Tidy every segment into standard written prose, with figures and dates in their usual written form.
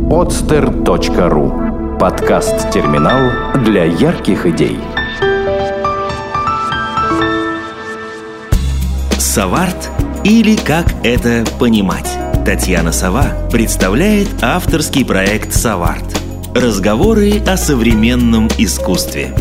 podster.ru. Подкаст-терминал для ярких идей. Саварт или как это понимать? Татьяна Сова представляет авторский проект «Саварт». Разговоры о современном искусстве.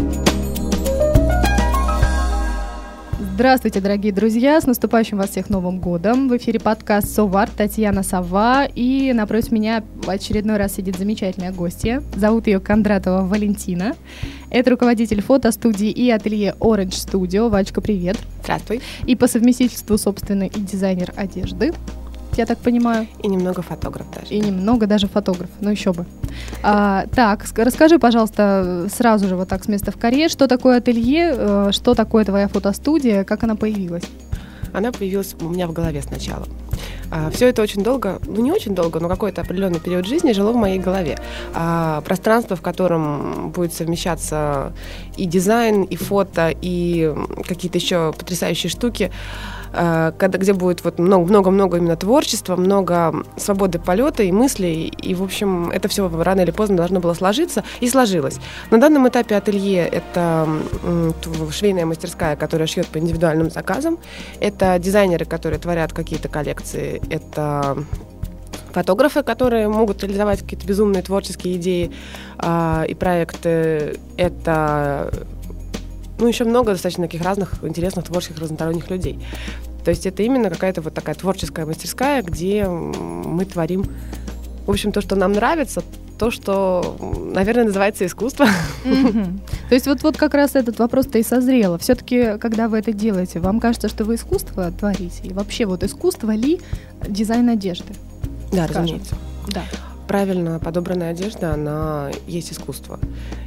Здравствуйте, дорогие друзья! С наступающим вас всех Новым годом! В эфире подкаст «Саварт», Татьяна Сова. И напротив меня в очередной раз сидит замечательная гостья. Зовут ее Кондратова Валентина. Это руководитель фотостудии и ателье Orange Studio. Валечка, привет! Здравствуй! И по совместительству, собственно, и дизайнер одежды, я так понимаю. И немного фотограф даже. И немного даже фотограф, ну еще бы. Так, расскажи, пожалуйста, сразу же вот так с места в карьер, что такое ателье, что такое твоя фотостудия, как она появилась? Она появилась у меня в голове сначала. Все это очень долго, не очень долго, но какой-то определенный период жизни жило в моей голове. Пространство, в котором будет совмещаться и дизайн, и фото, и какие-то еще потрясающие штуки, где будет вот много-много именно творчества, много свободы полета и мыслей, и, в общем, это все рано или поздно должно было сложиться, и сложилось. На данном этапе ателье — это швейная мастерская, которая шьет по индивидуальным заказам, это дизайнеры, которые творят какие-то коллекции, это фотографы, которые могут реализовать какие-то безумные творческие идеи и проекты, это еще много достаточно таких разных интересных, творческих, разносторонних людей. То есть это именно какая-то вот такая творческая мастерская, где мы творим, в общем, то, что нам нравится, то, что, наверное, называется искусство. То есть вот как раз этот вопрос-то и созрело. Все-таки, когда вы это делаете, вам кажется, что вы искусство творите? И вообще вот искусство ли дизайн одежды? Да, разумеется. Да. Правильно подобранная одежда, она есть искусство.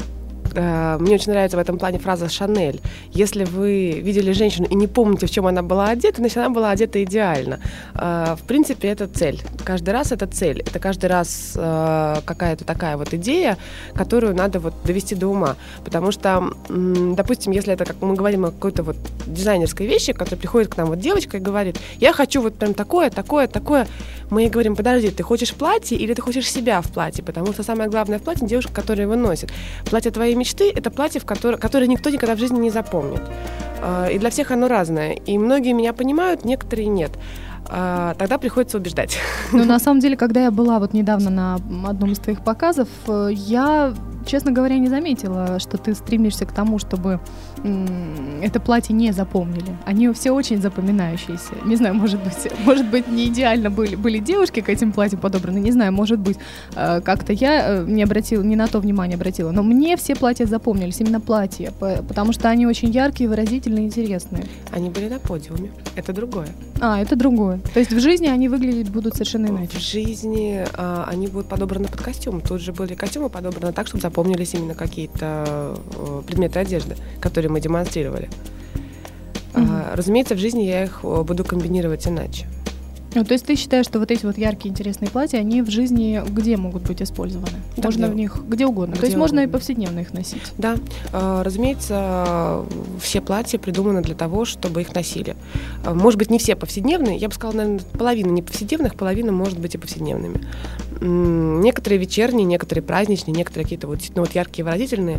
Мне очень нравится в этом плане фраза «Шанель». Если вы видели женщину и не помните, в чем она была одета, значит, она была одета идеально. В принципе, это цель. Каждый раз это цель. Это каждый раз какая-то такая вот идея, которую надо вот довести до ума. Потому что, допустим, если это, как мы говорим, о какой-то вот дизайнерской вещи, которая приходит к нам вот девочка и говорит: «Я хочу вот прям такое, такое, такое». Мы ей говорим: «Подожди, ты хочешь платье или ты хочешь себя в платье?» Потому что самое главное в платье — девушка, которая его носит. Платье твоей мечты — это платье, которое никто никогда в жизни не запомнит. И для всех оно разное. И многие меня понимают, некоторые нет. Тогда приходится убеждать. Ну, на самом деле, когда я была вот недавно на одном из твоих показов, я, честно говоря, не заметила, что ты стремишься к тому, чтобы это платье не запомнили. Они все очень запоминающиеся. Не знаю, может быть, не идеально были девушки к этим платьям подобраны, не знаю, может быть, как-то я не на то внимание обратила, но мне все платья запомнились, именно платья, потому что они очень яркие, выразительные, интересные. Они были на подиуме, это другое. Это другое. То есть в жизни они выглядеть будут совершенно иначе. В жизни они будут подобраны под костюм. Тут же были костюмы подобраны так, чтобы запомнились именно какие-то предметы одежды, которые мы демонстрировали. Разумеется, в жизни я их буду комбинировать иначе. Ну, то есть ты считаешь, что вот эти вот яркие, интересные платья, они в жизни где могут быть использованы? Да, можно в них где угодно. То есть можно и повседневно их носить? Да. Разумеется, все платья придуманы для того, чтобы их носили. Может быть, не все повседневные. Я бы сказала, наверное, половина не повседневных, половина может быть и повседневными. Некоторые вечерние, некоторые праздничные, некоторые какие-то вот действительно вот яркие, выразительные.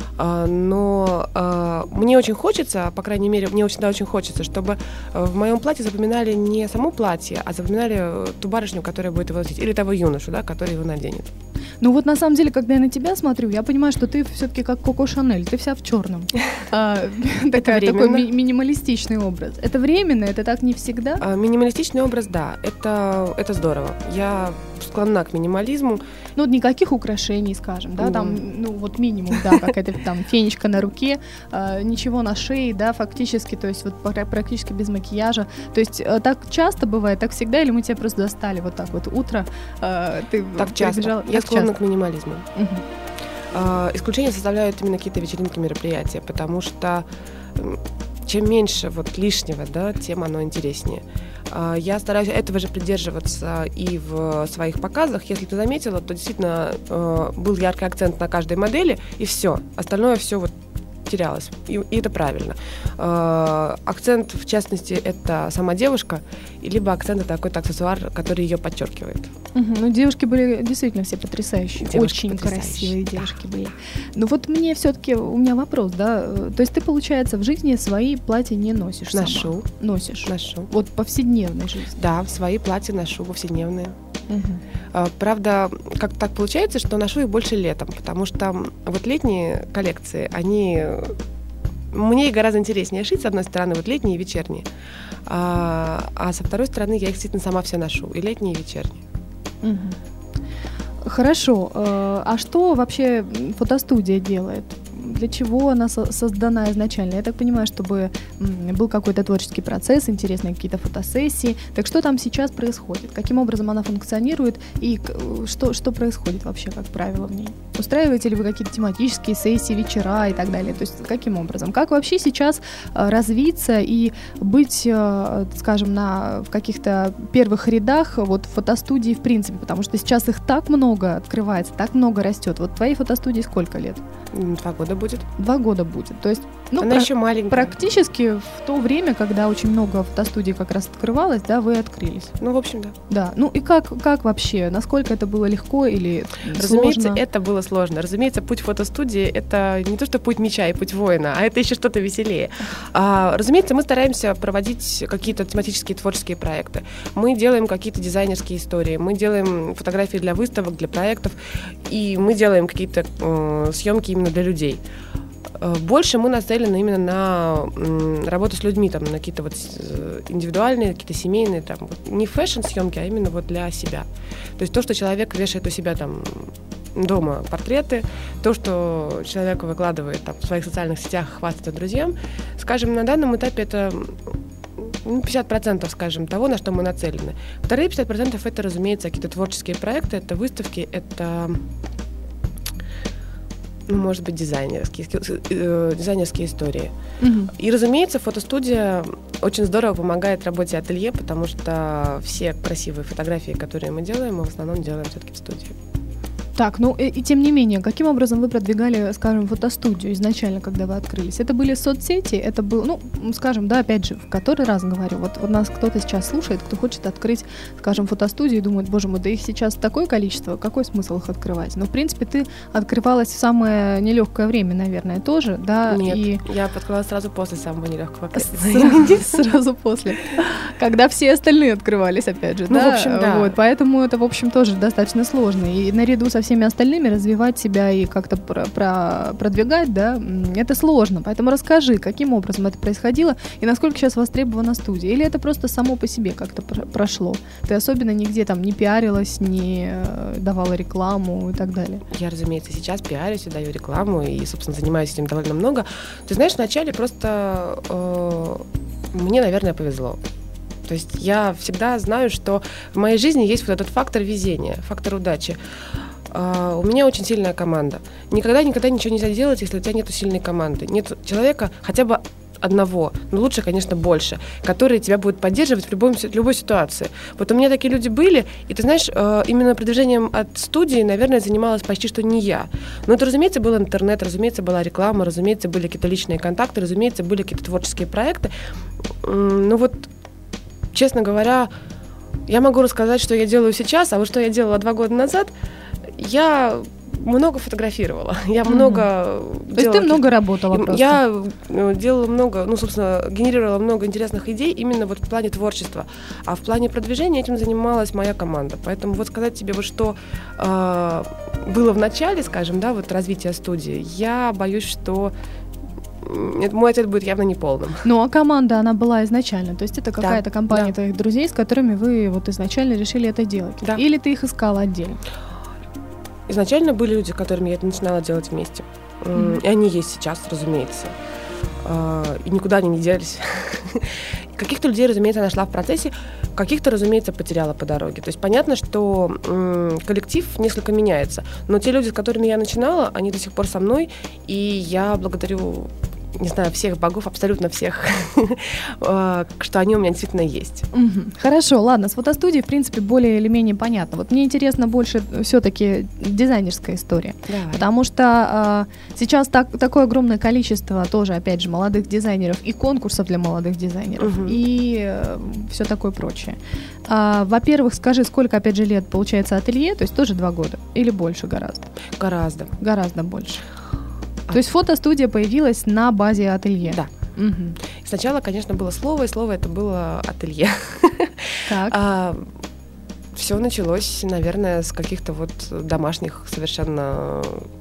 Но мне очень хочется, по крайней мере, мне всегда очень хочется, чтобы в моем платье запоминали не само платье, а запоминали ту барышню, которая будет его носить, или того юношу, да, который его наденет. Ну вот на самом деле, когда я на тебя смотрю, я понимаю, что ты все-таки как Коко Шанель, ты вся в черном. Такой минималистичный образ. Это временно, это так не всегда? Минималистичный образ, да, это здорово. Я склонна к минимализму. Ну, никаких украшений, скажем, да, там, ну, вот минимум, да, какая-то там фенечка на руке, ничего на шее, да, фактически, то есть вот практически без макияжа. То есть так часто бывает, так всегда, или мы тебя просто достали вот так вот утро, ты так часто. Прибежала? Я склонна к минимализму. Исключение составляют именно какие-то вечеринки, мероприятия, потому что чем меньше вот лишнего, да, тем оно интереснее. Я стараюсь этого же придерживаться и в своих показах. Если ты заметила, то действительно был яркий акцент на каждой модели, и все. Остальное все вот потерялась. И это правильно. Акцент, в частности, это сама девушка, либо акцент это какой-то аксессуар, который ее подчеркивает. Ну, девушки были действительно все потрясающие. Девушки очень потрясающие, красивые девушки были. Но вот мне все-таки, у меня вопрос, да, то есть ты, получается, в жизни свои платья не носишь сама? Носишь? Ношу. Вот повседневной жизни? Да, свои платья ношу повседневные. Правда, как так получается, что ношу их больше летом, потому что вот летние коллекции, мне их гораздо интереснее шить, с одной стороны, вот летние и вечерние, а со второй стороны я их действительно сама все ношу, и летние, и вечерние. Хорошо. А что вообще фотостудия делает? Для чего она создана изначально? Я так понимаю, чтобы был какой-то творческий процесс, интересные какие-то фотосессии. Так что там сейчас происходит? Каким образом она функционирует? И что происходит вообще, как правило, в ней? Устраиваете ли вы какие-то тематические сессии, вечера и так далее? То есть каким образом? Как вообще сейчас развиться и быть, скажем, в каких-то первых рядах вот фотостудии в принципе? Потому что сейчас их так много открывается, так много растет. Вот твоей фотостудии сколько лет? 2 года будет. 2 года будет. То есть, она еще маленькая. Практически в то время, когда очень много фотостудий как раз открывалось, да, вы открылись. В общем, да. Да. Ну и как вообще? Насколько это было легко или Разумеется, сложно? это было сложно. Разумеется, путь фотостудии — это не то, что путь меча и путь воина, а это еще что-то веселее. Разумеется, мы стараемся проводить какие-то тематические творческие проекты. Мы делаем какие-то дизайнерские истории, мы делаем фотографии для выставок, для проектов, и мы делаем какие-то съемки именно для людей. Больше мы нацелены именно на работу с людьми, там, на какие-то вот индивидуальные, какие-то семейные, там, вот, не фэшн-съемки, а именно вот для себя. То есть то, что человек вешает у себя там дома портреты, то, что человек выкладывает там, в своих социальных сетях, хвастается друзьям, скажем, на данном этапе это 50%, скажем, того, на что мы нацелены. Вторые 50% это, разумеется, какие-то творческие проекты, это выставки, это, может быть, дизайнерские истории. И, разумеется, фотостудия очень здорово помогает работе ателье, потому что все красивые фотографии, которые мы делаем, мы в основном делаем все-таки в студии. Так, и тем не менее, каким образом вы продвигали, скажем, фотостудию изначально, когда вы открылись? Это были соцсети, это был, скажем, да, опять же, в который раз говорю, вот нас кто-то сейчас слушает, кто хочет открыть, скажем, фотостудию и думает, боже мой, да их сейчас такое количество, какой смысл их открывать? Но, в принципе, ты открывалась в самое нелегкое время, наверное, тоже, да? Нет, я открывалась сразу после самого нелегкого времени. Сразу после. Когда все остальные открывались, опять же, да? В общем, да. Вот, поэтому это, в общем, тоже достаточно сложно. И наряду со всеми остальными развивать себя и как-то продвигать, да, это сложно. Поэтому расскажи, каким образом это происходило и насколько сейчас востребована студия. Или это просто само по себе как-то прошло? Ты особенно нигде там не пиарилась, не давала рекламу и так далее? Я, разумеется, сейчас пиарюсь и даю рекламу и, собственно, занимаюсь этим довольно много. Ты знаешь, вначале просто мне, наверное, повезло. То есть я всегда знаю, что в моей жизни есть вот этот фактор везения, фактор удачи. У меня очень сильная команда. Никогда ничего нельзя делать, если у тебя нет сильной команды. Нет человека, хотя бы одного, но лучше, конечно, больше, который тебя будет поддерживать в любой ситуации. Вот у меня такие люди были, и ты знаешь, именно продвижением от студии, наверное, занималась почти что не я. Но это, разумеется, был интернет, разумеется, была реклама, разумеется, были какие-то личные контакты, разумеется, были какие-то творческие проекты. Ну вот, честно говоря, я могу рассказать, что я делаю сейчас, а вот что я делала 2 года назад. Я много фотографировала, я много То есть ты много работала просто? Я делала много, собственно, генерировала много интересных идей именно вот в плане творчества. А в плане продвижения этим занималась моя команда. Поэтому вот сказать тебе, вот что было в начале, скажем, да, вот развития студии, я боюсь, что мой ответ будет явно неполным. Ну, а команда, она была изначально? То есть это какая-то компания твоих друзей, с которыми вы вот изначально решили это делать? Да. Или ты их искала отдельно? Изначально были люди, с которыми я это начинала делать вместе. И они есть сейчас, разумеется. И никуда они не делись. Каких-то людей, разумеется, я нашла в процессе, каких-то, разумеется, потеряла по дороге. То есть понятно, что коллектив несколько меняется. Но те люди, с которыми я начинала, они до сих пор со мной. И я благодарю не знаю, всех богов, абсолютно всех, что они у меня действительно есть. Хорошо, ладно, с фотостудией, в принципе, более или менее понятно. Вот мне интересно больше все-таки дизайнерская история. Давай. Потому что сейчас такое огромное количество тоже, опять же, молодых дизайнеров и конкурсов для молодых дизайнеров, и все такое прочее. Во-первых, скажи, сколько, опять же, лет получается ателье, то есть тоже 2 года или больше гораздо? Гораздо больше. То есть фотостудия появилась на базе ателье? Да. Угу. Сначала, конечно, было слово, и слово это было ателье. Так. Все началось, наверное, с каких-то вот домашних совершенно,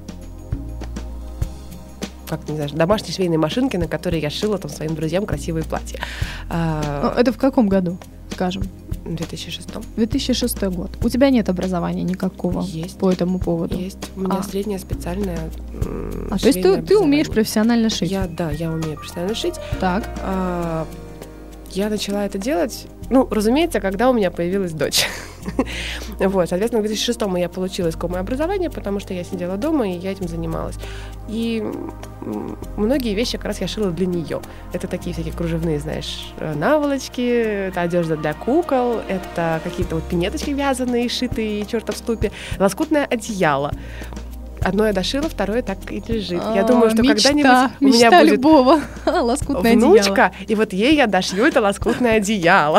как-то, не знаю, домашней швейной машинки, на которой я шила там своим друзьям красивые платья. Это в каком году, скажем? В 2006. 2006 год. У тебя нет образования никакого по этому поводу? Есть. У меня среднее специальное то есть ты умеешь профессионально шить? Я умею профессионально шить. Так. Я начала это делать, разумеется, когда у меня появилась дочь. Вот, соответственно, в 2006 я получила искомое образование, потому что я сидела дома, и я этим занималась. И многие вещи как раз я шила для нее. Это такие всякие кружевные, знаешь, наволочки, это одежда для кукол, это какие-то вот пинеточки вязаные, шитые, чертов ступе, лоскутное одеяло. Одно я дошила, второе так и лежит. Я думаю, что когда-нибудь у меня будет любого. Лоскутное внучка, одеяло. и вот ей я дошью это лоскутное одеяло.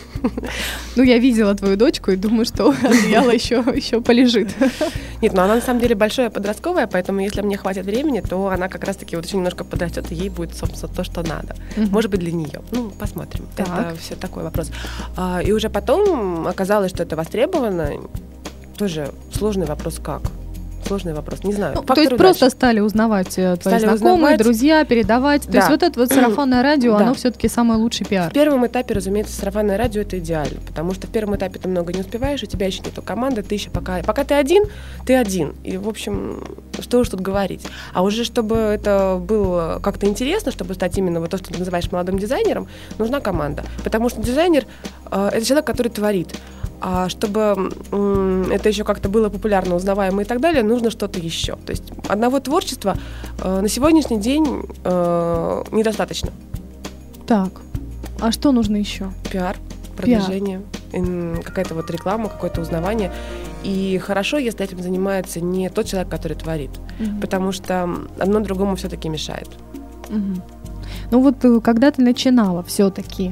Я видела твою дочку и думаю, что одеяло еще полежит. Нет, она на самом деле большая подростковая, поэтому если мне хватит времени, то она как раз-таки вот еще немножко подрастет, и ей будет, собственно, то, что надо. Может быть, для нее. Посмотрим. Так. Это все такой вопрос. И уже потом оказалось, что это востребовано. Тоже сложный вопрос, как? Сложный вопрос, не знаю. То есть просто стали узнавать твои знакомые, друзья, передавать. То есть вот это вот сарафанное радио, оно все-таки самый лучший пиар. В первом этапе, разумеется, сарафанное радио это идеально, потому что в первом этапе ты много не успеваешь, у тебя еще нету команды, ты еще пока ты один. И, в общем, что уж тут говорить. А уже чтобы это было как-то интересно, чтобы стать именно вот то, что ты называешь молодым дизайнером, нужна команда. Потому что дизайнер это человек, который творит. А чтобы это еще как-то было популярно, узнаваемо и так далее, нужно что-то еще. То есть одного творчества на сегодняшний день недостаточно. Так, а что нужно еще? Пиар, продвижение, какая-то вот реклама, какое-то узнавание. И хорошо, если этим занимается не тот человек, который творит, потому что одно другому все-таки мешает. Когда ты начинала все-таки...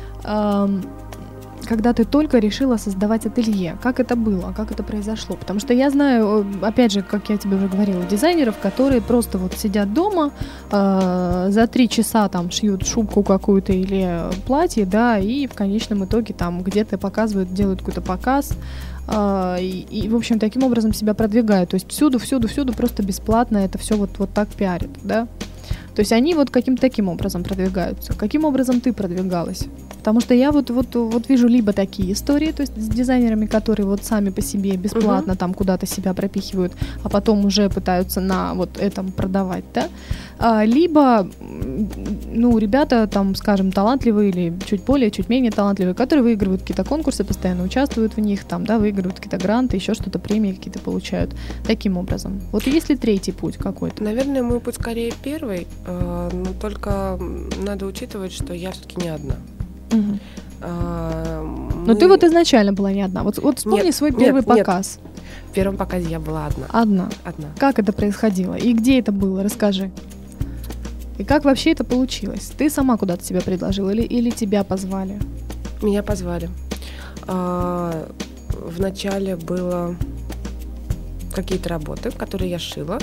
Когда ты только решила создавать ателье, как это было, как это произошло? Потому что я знаю, опять же, как я тебе уже говорила, дизайнеров, которые просто вот сидят дома, за 3 часа там шьют шубку какую-то или платье, да, и в конечном итоге там где-то показывают, делают какой-то показ, и, в общем, таким образом себя продвигают. То есть всюду просто бесплатно это все вот так пиарят, да? То есть они вот каким-то таким образом продвигаются. Каким образом ты продвигалась? Потому что я вот вижу либо такие истории, то есть с дизайнерами, которые вот сами по себе бесплатно там куда-то себя пропихивают, а потом уже пытаются на вот этом продавать, да? Либо, ребята там, скажем, талантливые или чуть менее талантливые, которые выигрывают какие-то конкурсы, постоянно участвуют в них, там, да, выигрывают какие-то гранты, еще что-то, премии какие-то получают. Таким образом. Вот есть ли третий путь какой-то? Наверное, мой путь скорее первый, но только надо учитывать, что я все-таки не одна. Но ты вот изначально была не одна. Вот вспомни свой первый показ. В первом показе я была одна. Одна. Как это происходило? И где это было? Расскажи. И как вообще это получилось? Ты сама куда-то себя предложила или тебя позвали? Меня позвали. Вначале было какие-то работы, которые я шила.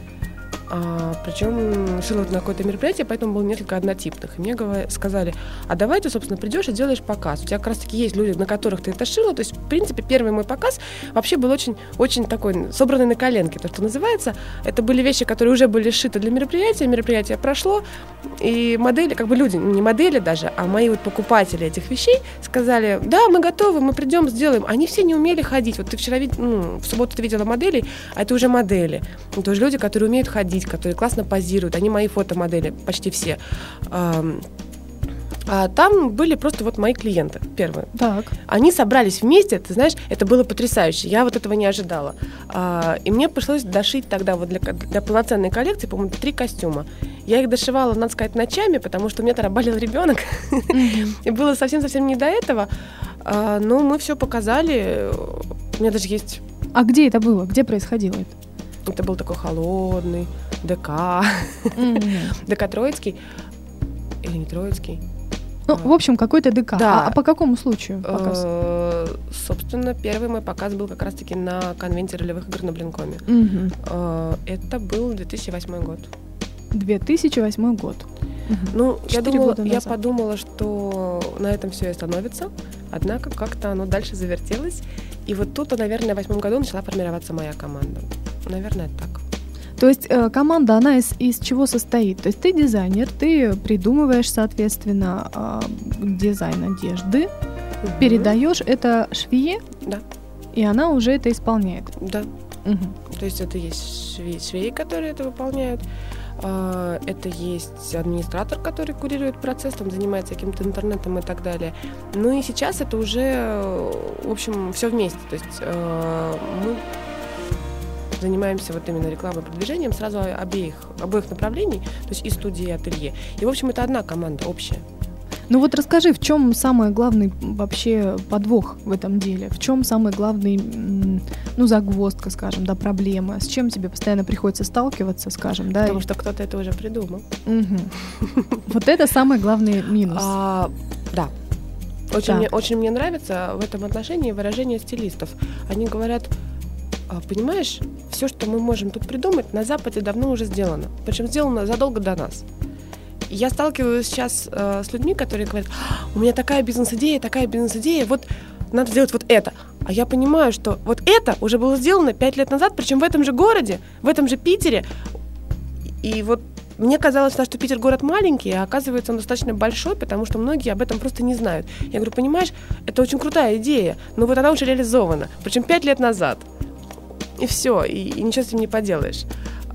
Причем шила на какое-то мероприятие, поэтому было несколько однотипных. И мне сказали, а давай ты, собственно, придешь и делаешь показ. У тебя как раз-таки есть люди, на которых ты это шила. То есть, в принципе, первый мой показ вообще был очень такой, собранный на коленке, то, что называется. Это были вещи, которые уже были сшиты для мероприятия. Мероприятие прошло, и модели, как бы люди, не модели даже, а мои вот покупатели этих вещей сказали, да, мы готовы, мы придем, сделаем. Они все не умели ходить. Вот ты вчера, в субботу ты видела моделей, а это уже модели. Это уже люди, которые умеют ходить, которые классно позируют. Они мои фотомодели, почти все. Там были просто вот мои клиенты первые. Так. Они собрались вместе, ты знаешь, это было потрясающе. Я вот этого не ожидала. И мне пришлось дошить тогда вот для полноценной коллекции, по-моему, 3 костюма. Я их дошивала, надо сказать, ночами, потому что у меня тогда болел ребенок. И было совсем-совсем не до этого. Но мы все показали. У меня даже есть... А где это было? Где происходило это? Это был такой холодный ДК. ДК Троицкий. Или не Троицкий? Ну, в общем, какой-то ДК. Да. А по какому случаю показ? Собственно, первый мой показ был как раз-таки на конвенте ролевых игр на Блинкоме. Это был 2008 год. 2008 год. Ну, я подумала, что на этом все и остановится. Однако как-то оно дальше завертелось. И вот тут, наверное, в 2008 году начала формироваться моя команда. Наверное, так. То есть команда, она из чего состоит? То есть ты дизайнер, ты придумываешь, соответственно, дизайн одежды, передаешь это швее, да, и она уже это исполняет. Да. То есть это есть швеи, которые это выполняют. Это есть администратор, который курирует процесс, там занимается каким-то интернетом и так далее. Ну и сейчас это уже, в общем, все вместе. То есть мы занимаемся вот именно рекламой и продвижением сразу обоих направлений, то есть и студии, и ателье. И, в общем, это одна команда общая. Ну вот расскажи, в чем самый главный вообще подвох в этом деле? В чем самый главный, загвоздка, скажем, да, проблема? С чем тебе постоянно приходится сталкиваться, скажем, да? Потому что кто-то это уже придумал. Вот это самый главный минус. Да. Очень мне нравится в этом отношении выражение стилистов. Они говорят: понимаешь, все, что мы можем тут придумать, на Западе давно уже сделано. Причем сделано задолго до нас. Я сталкиваюсь сейчас с людьми, которые говорят: у меня такая бизнес-идея, вот надо сделать вот это. А я понимаю, что вот это уже было сделано 5 лет назад, причем в этом же городе, в этом же Питере. И вот мне казалось, что Питер город маленький, а оказывается он достаточно большой, потому что многие об этом просто не знают. Я говорю: понимаешь, это очень крутая идея, но вот она уже реализована, причем 5 лет назад. И все, и ничего с этим не поделаешь.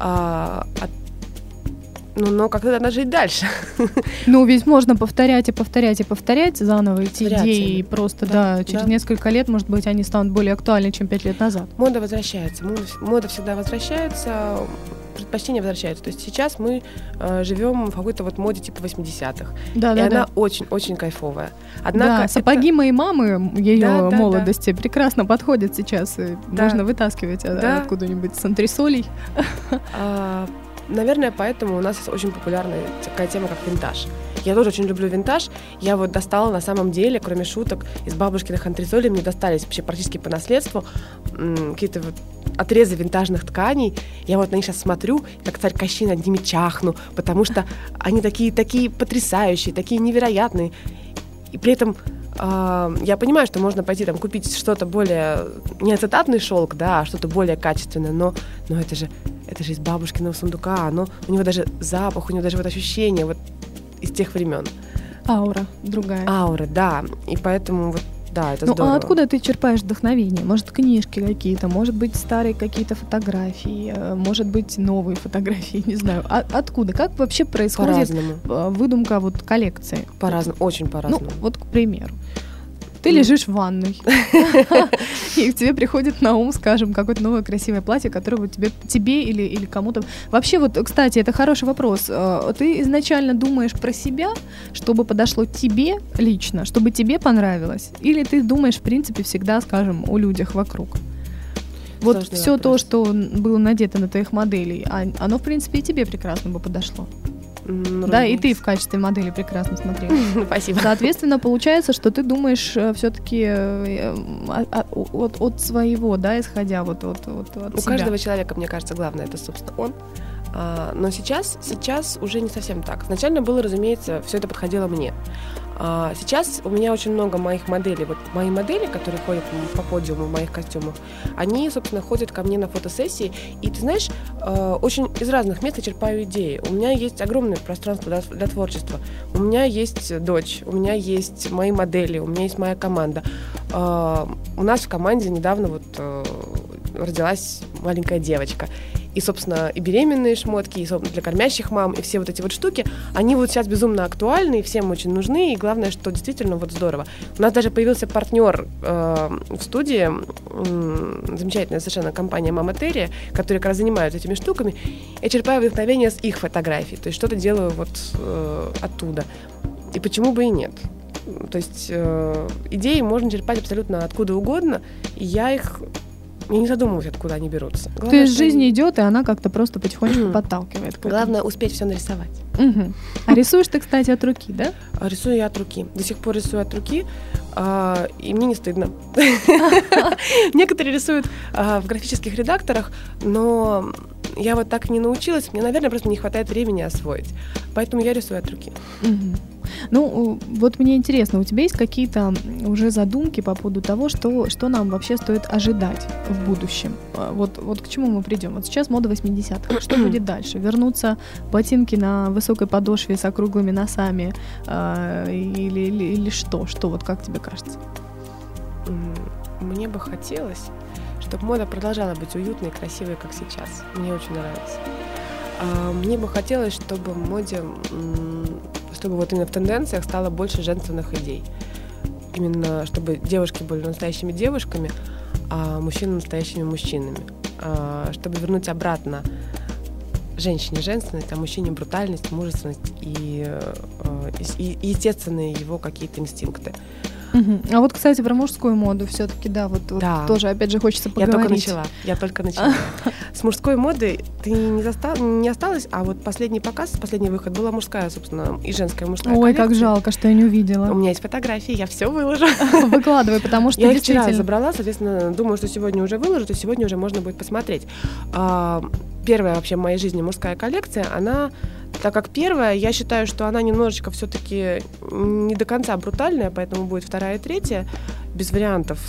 Но как-то надо жить дальше. Ну, ведь можно повторять заново эти идеи. И просто, через несколько лет, может быть, они станут более актуальны, чем 5 лет назад. Мода возвращается. Мода всегда возвращается, предпочтения возвращаются. То есть сейчас мы живем в какой-то вот моде типа 80-х. Она очень-очень кайфовая. Однако сапоги моей мамы, ее молодости, прекрасно подходят сейчас. Можно вытаскивать откуда-нибудь с антресолей. Наверное, поэтому у нас очень популярная такая тема, как винтаж. Я тоже очень люблю винтаж. Я вот достала, на самом деле, кроме шуток, из бабушкиных антресолей мне достались вообще практически по наследству какие-то вот отрезы винтажных тканей. Я вот на них сейчас смотрю, как царь Кощей над ними чахну, потому что они такие потрясающие, такие невероятные. И при этом я понимаю, что можно пойти там купить что-то более, не ацетатный шелк, да, а что-то более качественное, но это же из бабушкиного сундука, у него даже запах, у него даже вот ощущение вот из тех времен. Аура другая. Аура, да, и поэтому вот, да, это здорово. А откуда ты черпаешь вдохновение? Может, книжки какие-то, может быть, старые какие-то фотографии, может быть, новые фотографии, не знаю. Откуда? Как вообще происходит выдумка вот коллекции? По-разному, очень по-разному. Ну, вот, к примеру. Ты лежишь в ванной, и к тебе приходит на ум, скажем, какое-то новое красивое платье, которое тебе или кому-то... Вообще, вот, кстати, это хороший вопрос. Ты изначально думаешь про себя, чтобы подошло тебе лично, чтобы тебе понравилось? Или ты думаешь, в принципе, всегда, скажем, о людях вокруг? Вот сложный все вопрос. То, что было надето на твоих моделей, оно, в принципе, и тебе прекрасно бы подошло. Да, и ты в качестве модели прекрасно смотрелась. Спасибо. Соответственно, получается, что ты думаешь все-таки от своего, да, исходя вот от себя. У каждого человека, мне кажется, главное, это, собственно, он. Но сейчас уже не совсем так. Изначально было, разумеется, все это подходило мне. Сейчас у меня очень много моих моделей. Вот мои модели, которые ходят по подиуму в моих костюмах, они, собственно, ходят ко мне на фотосессии. И ты знаешь, очень из разных мест я черпаю идеи. У меня есть огромное пространство для творчества. У меня есть дочь, у меня есть мои модели, у меня есть моя команда. У нас в команде недавно родилась маленькая девочка. И, собственно, и беременные шмотки, и, собственно, для кормящих мам, и все вот эти вот штуки, они вот сейчас безумно актуальны, и всем очень нужны, и главное, что действительно вот здорово. У нас даже появился партнер в студии, замечательная совершенно компания «Мама Терри», которая как раз занимается этими штуками. Я черпаю вдохновение с их фотографий, то есть что-то делаю вот оттуда. И почему бы и нет? То есть идеи можно черпать абсолютно откуда угодно, и я не задумываюсь, откуда они берутся. Главное, то есть жизнь идет, и она как-то просто потихонечку подталкивает. Главное успеть все нарисовать. Угу. А рисуешь ты, кстати, от руки, да? Рисую я от руки. До сих пор рисую от руки, и мне не стыдно. Некоторые рисуют в графических редакторах, но я вот так не научилась. Мне, наверное, просто не хватает времени освоить. Поэтому я рисую от руки. Ну, вот мне интересно, у тебя есть какие-то уже задумки по поводу того, что нам вообще стоит ожидать в будущем? Вот к чему мы придем? Вот сейчас мода 80-х. Что будет дальше? Вернутся ботинки на высокой подошве с округлыми носами? Или что? Что, вот как тебе кажется? Мне бы хотелось, чтобы мода продолжала быть уютной и красивой, как сейчас. Мне очень нравится. Мне бы хотелось, чтобы в моде, чтобы вот именно в тенденциях стало больше женственных идей. Именно чтобы девушки были настоящими девушками, а мужчины настоящими мужчинами. Чтобы вернуть обратно женщине женственность, а мужчине брутальность, мужественность и естественные его какие-то инстинкты. А вот, кстати, про мужскую моду все-таки, да, вот тоже, опять же, хочется поговорить. Я только начала. С мужской модой ты не осталась, а вот последний выход была мужская, собственно, и женская мужская коллекция. Ой, как жалко, что я не увидела. У меня есть фотографии, я все выложу. Выкладывай, потому что я действительно... их вчера забрала, соответственно, думаю, что сегодня уже выложу, то сегодня уже можно будет посмотреть. Первая вообще в моей жизни мужская коллекция, она... Так как первая, я считаю, что она немножечко все-таки не до конца брутальная, поэтому будет вторая и третья, без вариантов.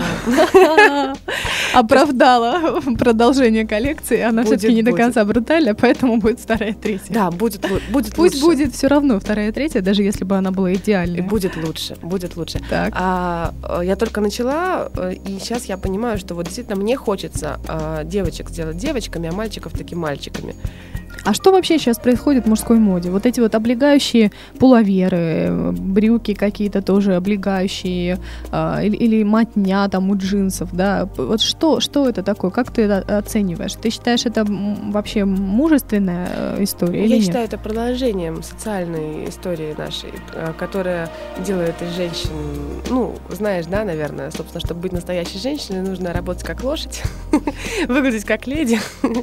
Оправдала продолжение коллекции, она все-таки не до конца брутальная, поэтому будет вторая и третья. Да, будет лучше. Пусть будет все равно вторая и третья, даже если бы она была идеальной. И будет лучше. Так. Я только начала, и сейчас я понимаю, что вот действительно мне хочется девочек сделать девочками, а мальчиков таки мальчиками. А что вообще сейчас происходит в мужской моде? Вот эти вот облегающие пуловеры, брюки какие-то тоже облегающие, или матня там у джинсов, да? Вот что это такое? Как ты это оцениваешь? Ты считаешь, это вообще мужественная история или нет? Я считаю, это продолжением социальной истории нашей, которая делает из женщин, знаешь, да, наверное, собственно, чтобы быть настоящей женщиной, нужно работать как лошадь, выглядеть как леди.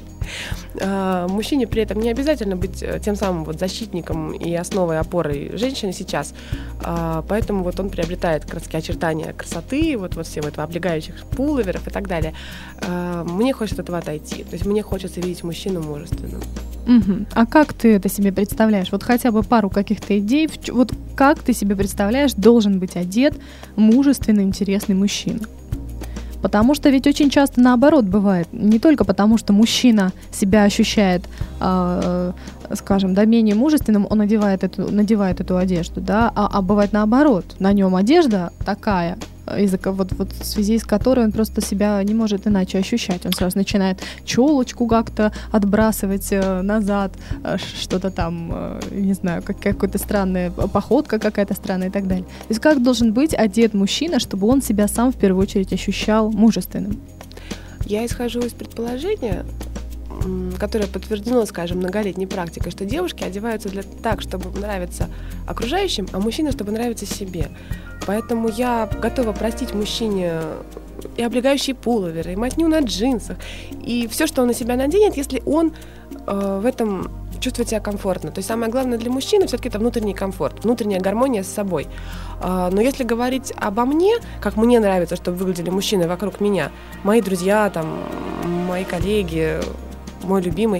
Мужчине при этом не обязательно быть тем самым вот защитником и основой, опорой женщины сейчас, поэтому вот он приобретает как раз очертания красоты, вот всего этого облегающих пуловеров и так далее. Мне хочется от этого отойти, то есть мне хочется видеть мужчину мужественным. А как ты это себе представляешь? Вот хотя бы пару каких-то идей, вот как ты себе представляешь, должен быть одет мужественный, интересный мужчина? Потому что ведь очень часто наоборот бывает. Не только потому, что мужчина себя ощущает, скажем, да, менее мужественным, он надевает эту одежду, да, а бывает наоборот. На нем одежда такая, вот в связи с которой он просто себя не может иначе ощущать. Он сразу начинает челочку как-то отбрасывать назад, что-то там, не знаю, какая-то странная походка какая-то странная и так далее. То есть как должен быть одет мужчина, чтобы он себя сам в первую очередь ощущал мужественным? Я исхожу из предположения, которое подтверждено, скажем, многолетней практикой, что девушки одеваются так, чтобы нравиться окружающим, а мужчины, чтобы нравиться себе. Поэтому я готова простить мужчине и облегающие пуловеры, и матню на джинсах, и все, что он на себя наденет, если он в этом чувствует себя комфортно. То есть самое главное для мужчины все-таки это внутренний комфорт, внутренняя гармония с собой. Но если говорить обо мне, как мне нравится, чтобы выглядели мужчины вокруг меня, мои друзья, там, мои коллеги, мой любимый,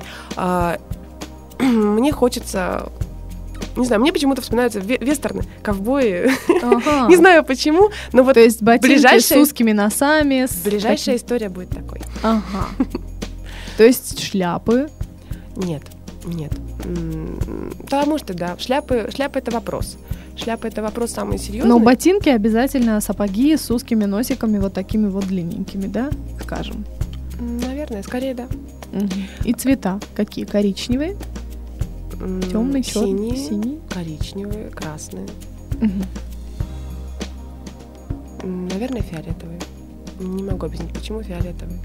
мне хочется... Не знаю, мне почему-то вспоминаются вестерны, ковбои. Не знаю почему, но вот... То есть ботинки с узкими носами. Ближайшая история будет такой. Ага. То есть шляпы? Нет. Потому что, да, шляпы — это вопрос. Шляпа — это вопрос самый серьезный. Но ботинки обязательно, сапоги с узкими носиками, вот такими вот длинненькими, да, скажем? Наверное, скорее, да. И цвета какие? Коричневые? Темный, черный, синий? Коричневые, красные. Наверное, фиолетовые. Не могу объяснить, почему фиолетовые.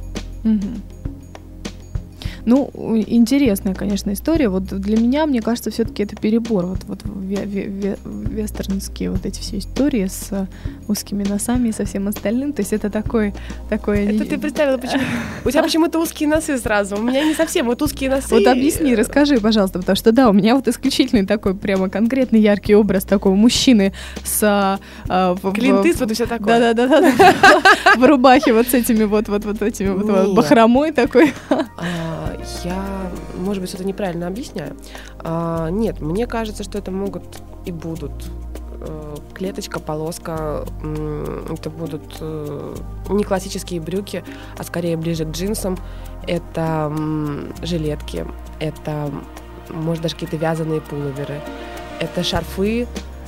Ну, интересная, конечно, история. Вот для меня, мне кажется, все-таки это перебор. Вот вестернские вот эти все истории с узкими носами и со всем остальным. То есть это такое... Это ты представила, почему? У тебя почему-то узкие носы сразу. У меня не совсем, вот узкие носы. Вот объясни, расскажи, пожалуйста, потому что, да, у меня вот исключительный такой прямо конкретный яркий образ такого мужчины с... Клинт Иствуд и все такое. Да-да-да. В рубахе вот с этими вот этими вот бахромой такой. Я, может быть, что-то неправильно объясняю. Нет, мне кажется, что это могут и будут клеточка, полоска. Это будут не классические брюки, а скорее ближе к джинсам. Это жилетки, это, может, даже какие-то вязаные пуловеры. Это шарфы.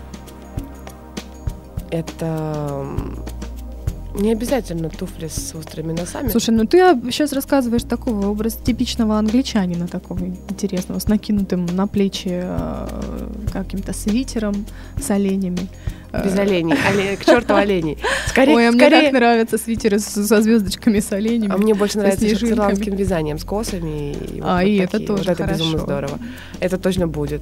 Это... Не обязательно туфли с острыми носами. Слушай, ну ты сейчас рассказываешь такого образа типичного англичанина, такого интересного, с накинутым на плечи каким-то свитером с оленями. Без оленей. К черту оленей. Ой, а мне так нравятся свитеры со звездочками, с оленями. А мне больше нравится с ирландским вязанием, с косами. И это тоже вот это безумно здорово. Это точно будет.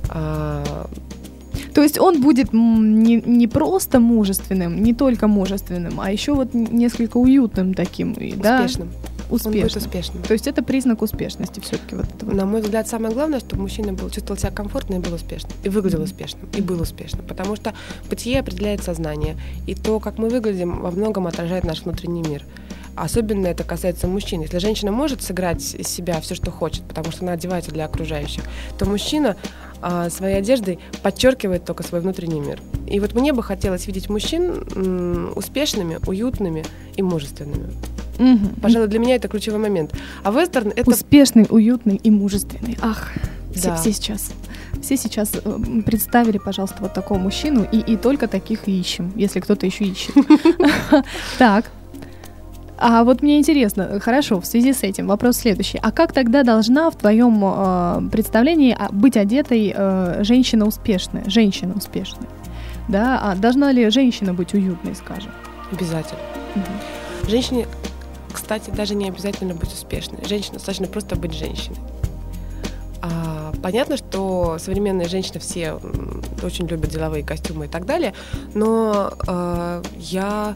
То есть он будет не просто мужественным, не только мужественным, а еще вот несколько уютным таким. Успешным. Да? Он будет успешным. То есть это признак успешности все-таки. Вот это вот. На мой взгляд, самое главное, чтобы мужчина чувствовал себя комфортно и был успешным. И выглядел успешным, и был успешным. Потому что бытие определяет сознание. И то, как мы выглядим, во многом отражает наш внутренний мир. Особенно это касается мужчин. Если женщина может сыграть из себя все, что хочет, потому что она одевается для окружающих, то мужчина своей одеждой подчеркивает только свой внутренний мир. И вот мне бы хотелось видеть мужчин успешными, уютными и мужественными. Пожалуй, для меня это ключевой момент. А вестерн — это... Успешный, уютный и мужественный. Ах, да. Все сейчас представили, пожалуйста, вот такого мужчину, и только таких и ищем, если кто-то еще ищет. Так. А вот мне интересно, хорошо, в связи с этим вопрос следующий. А как тогда должна в твоем представлении быть одетой женщина успешная? Да? А должна ли женщина быть уютной, скажем? Обязательно. Женщине, кстати, даже не обязательно быть успешной. Женщине достаточно просто быть женщиной. Понятно, что современные женщины все очень любят деловые костюмы и так далее, но я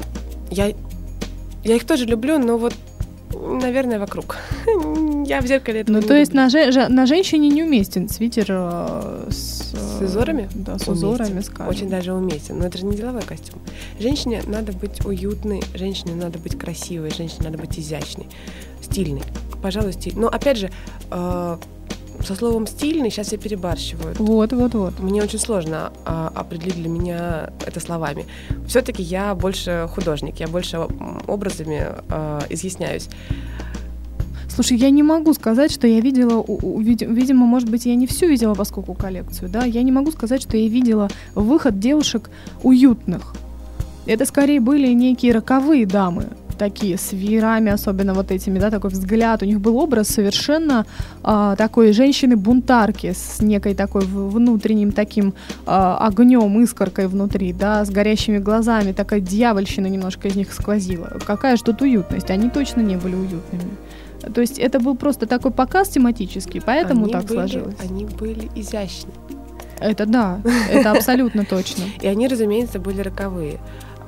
их тоже люблю, но вот, наверное, вокруг. Я в зеркале этого не то есть люблю. на женщине не уместен свитер с узорами? Да, с узорами, скажем. Очень даже уместен. Но это же не деловой костюм. Женщине надо быть уютной, женщине надо быть красивой, женщине надо быть изящной, стильной. Пожалуй, стильной. Но, опять же, со словом «стильный» сейчас я перебарщиваю. Вот. Мне очень сложно определить для меня это словами. Все-таки я больше художник, я больше образами изъясняюсь. Слушай, я не могу сказать, что я видела, видимо, может быть, я не всю видела, поскольку коллекцию, да, я не могу сказать, что я видела выход девушек уютных. Это скорее были некие роковые дамы, такие с веерами, особенно вот этими, да, такой взгляд. У них был образ совершенно такой женщины-бунтарки с некой такой внутренним таким огнем, искоркой внутри, да, с горящими глазами, такая дьявольщина немножко из них сквозила. Какая же тут уютность? Они точно не были уютными. То есть это был просто такой показ тематический, поэтому сложилось. Они были изящны. Это да, это абсолютно точно. И они, разумеется, были роковые.